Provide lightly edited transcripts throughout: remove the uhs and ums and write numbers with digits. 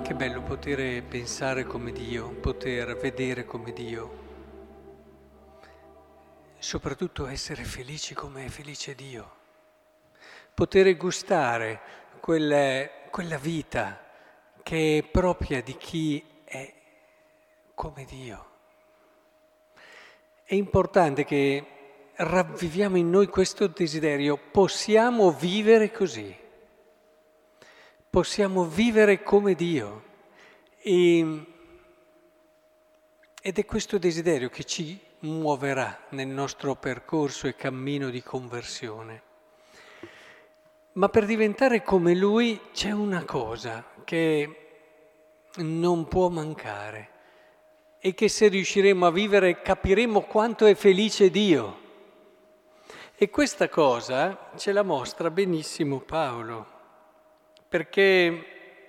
Che bello poter pensare come Dio, poter vedere come Dio, soprattutto essere felici come è felice Dio, poter gustare quella vita che è propria di chi è come Dio. È importante che ravviviamo in noi questo desiderio, possiamo vivere così. Possiamo vivere come Dio ed è questo desiderio che ci muoverà nel nostro percorso e cammino di conversione. Ma per diventare come Lui c'è una cosa che non può mancare e che se riusciremo a vivere capiremo quanto è felice Dio. E questa cosa ce la mostra benissimo Paolo. Perché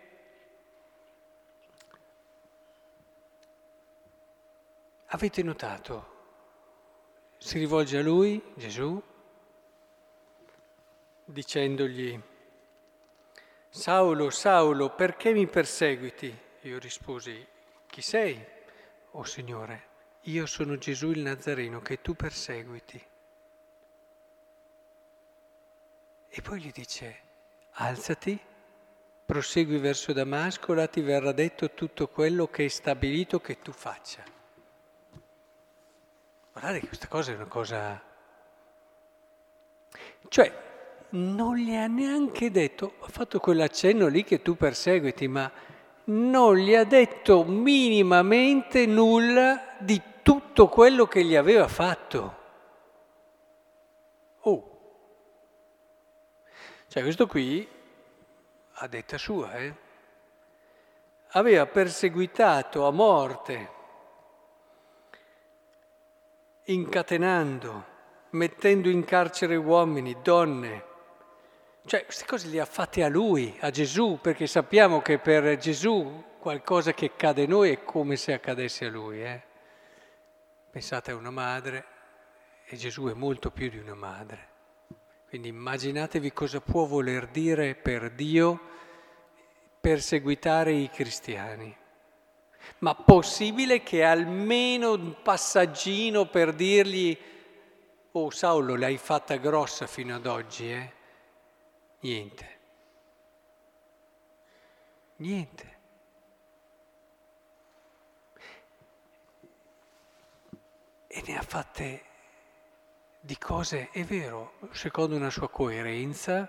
avete notato, si rivolge a lui, Gesù, dicendogli: Saulo, Saulo, perché mi perseguiti? Io risposi: chi sei, o Signore? Io sono Gesù il Nazareno che tu perseguiti. E poi gli dice: alzati, prosegui verso Damasco, là ti verrà detto tutto quello che è stabilito che tu faccia. Guardate che questa cosa è una cosa... Cioè, non gli ha neanche detto, ha fatto quell'accenno lì che tu perseguiti, ma non gli ha detto minimamente nulla di tutto quello che gli aveva fatto. Oh! Cioè questo qui, a detta sua, aveva perseguitato a morte, incatenando, mettendo in carcere uomini, donne. Cioè queste cose le ha fatte a lui, a Gesù, perché sappiamo che per Gesù qualcosa che accade a noi è come se accadesse a lui. Pensate a una madre e Gesù è molto più di una madre. Quindi immaginatevi cosa può voler dire per Dio perseguitare i cristiani. Ma possibile che almeno un passaggino per dirgli: oh Saulo, l'hai fatta grossa fino ad oggi, Niente. Niente. E ne ha fatte di cose, è vero, secondo una sua coerenza,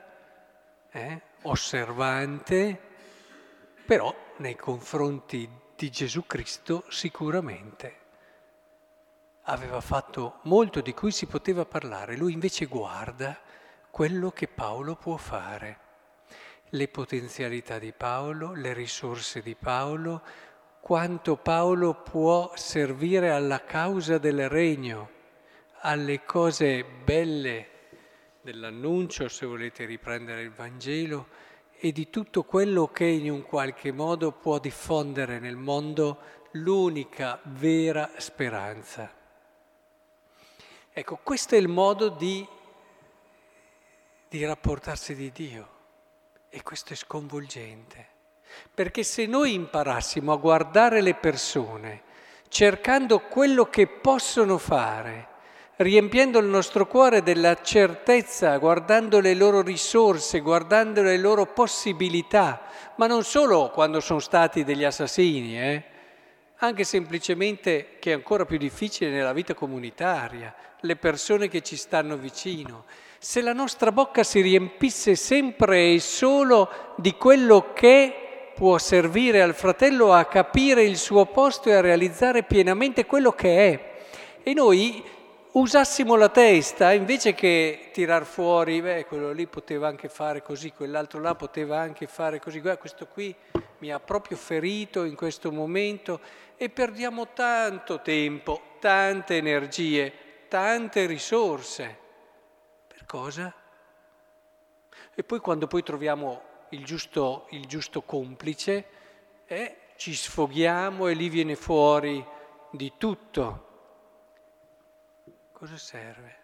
osservante, però nei confronti di Gesù Cristo sicuramente aveva fatto molto di cui si poteva parlare. Lui invece guarda quello che Paolo può fare, le potenzialità di Paolo, le risorse di Paolo, quanto Paolo può servire alla causa del regno, alle cose belle dell'annuncio, se volete riprendere il Vangelo, e di tutto quello che in un qualche modo può diffondere nel mondo l'unica vera speranza. Ecco, questo è il modo di rapportarsi di Dio e questo è sconvolgente, perché se noi imparassimo a guardare le persone cercando quello che possono fare, riempiendo il nostro cuore della certezza, guardando le loro risorse, guardando le loro possibilità, ma non solo quando sono stati degli assassini, anche semplicemente, che è ancora più difficile nella vita comunitaria, le persone che ci stanno vicino. Se la nostra bocca si riempisse sempre e solo di quello che può servire al fratello a capire il suo posto e a realizzare pienamente quello che è, e noi usassimo la testa invece che tirar fuori, quello lì poteva anche fare così, quell'altro là poteva anche fare così, guarda, questo qui mi ha proprio ferito in questo momento, e perdiamo tanto tempo, tante energie, tante risorse. Per cosa? E poi quando poi troviamo il giusto complice, ci sfoghiamo e lì viene fuori di tutto. Cosa serve?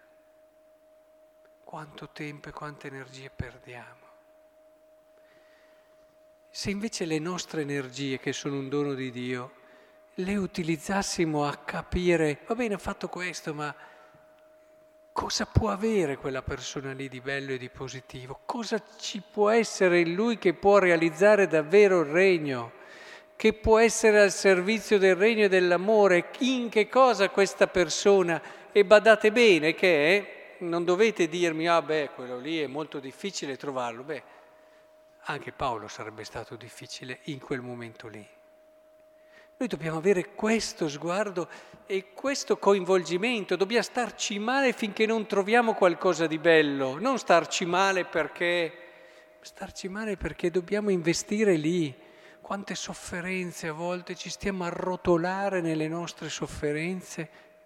Quanto tempo e quante energie perdiamo? Se invece le nostre energie, che sono un dono di Dio, le utilizzassimo a capire, va bene, ho fatto questo, ma cosa può avere quella persona lì di bello e di positivo? Cosa ci può essere in lui che può realizzare davvero il regno? Che può essere al servizio del regno e dell'amore? In che cosa questa persona? E badate bene che non dovete dirmi, ah beh, quello lì è molto difficile trovarlo. Beh, anche Paolo sarebbe stato difficile in quel momento lì. Noi dobbiamo avere questo sguardo e questo coinvolgimento, dobbiamo starci male finché non troviamo qualcosa di bello, non starci male perché dobbiamo investire lì. Quante sofferenze a volte ci stiamo a rotolare nelle nostre sofferenze.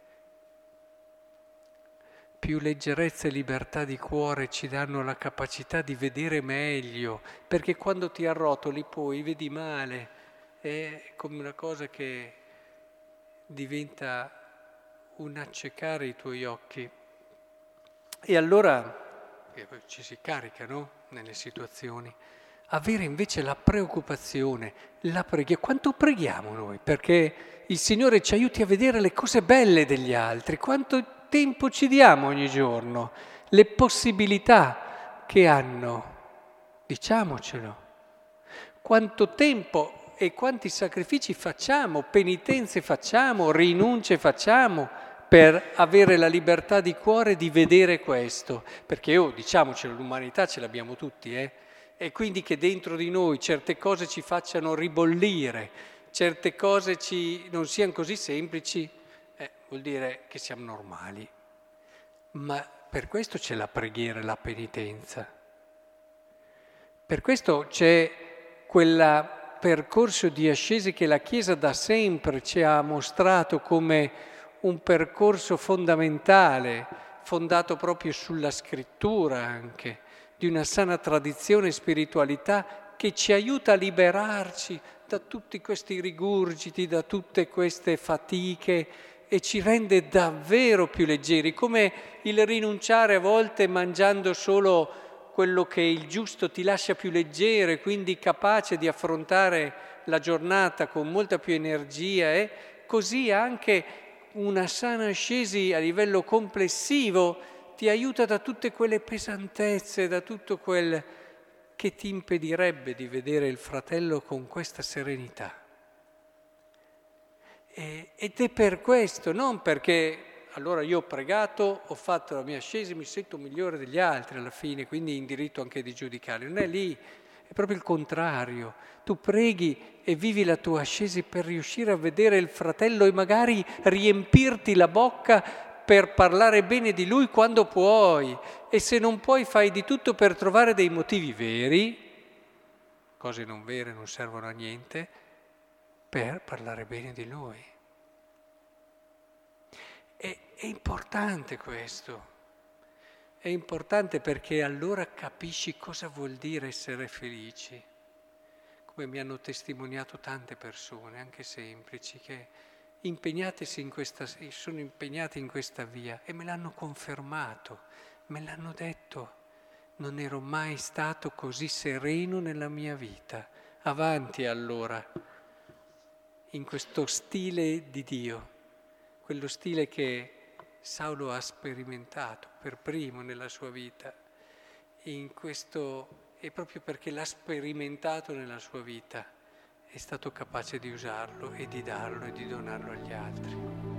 Più leggerezza e libertà di cuore ci danno la capacità di vedere meglio, perché quando ti arrotoli poi vedi male. È come una cosa che diventa un accecare i tuoi occhi. E allora ci si carica, no? Nelle situazioni. Avere invece la preoccupazione, la preghiera. Quanto preghiamo noi? Perché il Signore ci aiuti a vedere le cose belle degli altri. Quanto tempo ci diamo ogni giorno? Le possibilità che hanno. Diciamocelo. Quanto tempo e quanti sacrifici facciamo, penitenze facciamo, rinunce facciamo per avere la libertà di cuore di vedere questo. Perché diciamocelo, l'umanità ce l'abbiamo tutti, E quindi che dentro di noi certe cose ci facciano ribollire, certe cose non siano così semplici, vuol dire che siamo normali. Ma per questo c'è la preghiera e la penitenza. Per questo c'è quel percorso di ascesi che la Chiesa da sempre ci ha mostrato come un percorso fondamentale, fondato proprio sulla scrittura anche, di una sana tradizione e spiritualità che ci aiuta a liberarci da tutti questi rigurgiti, da tutte queste fatiche e ci rende davvero più leggeri, come il rinunciare a volte mangiando solo quello che il giusto ti lascia più leggero, quindi capace di affrontare la giornata con molta più energia, così anche una sana ascesi a livello complessivo ti aiuta da tutte quelle pesantezze, da tutto quel che ti impedirebbe di vedere il fratello con questa serenità. Ed è per questo, non perché allora io ho pregato, ho fatto la mia ascesi, mi sento migliore degli altri alla fine, quindi in diritto anche di giudicare. Non è lì, è proprio il contrario. Tu preghi e vivi la tua ascesi per riuscire a vedere il fratello e magari riempirti la bocca per parlare bene di lui quando puoi. E se non puoi fai di tutto per trovare dei motivi veri, cose non vere non servono a niente, per parlare bene di lui. È importante questo, è importante perché allora capisci cosa vuol dire essere felici, come mi hanno testimoniato tante persone, anche semplici, che sono impegnate in questa via e me l'hanno confermato, me l'hanno detto, non ero mai stato così sereno nella mia vita. Avanti allora, in questo stile di Dio, quello stile che Saulo ha sperimentato per primo nella sua vita, e proprio perché l'ha sperimentato nella sua vita, è stato capace di usarlo e di darlo e di donarlo agli altri.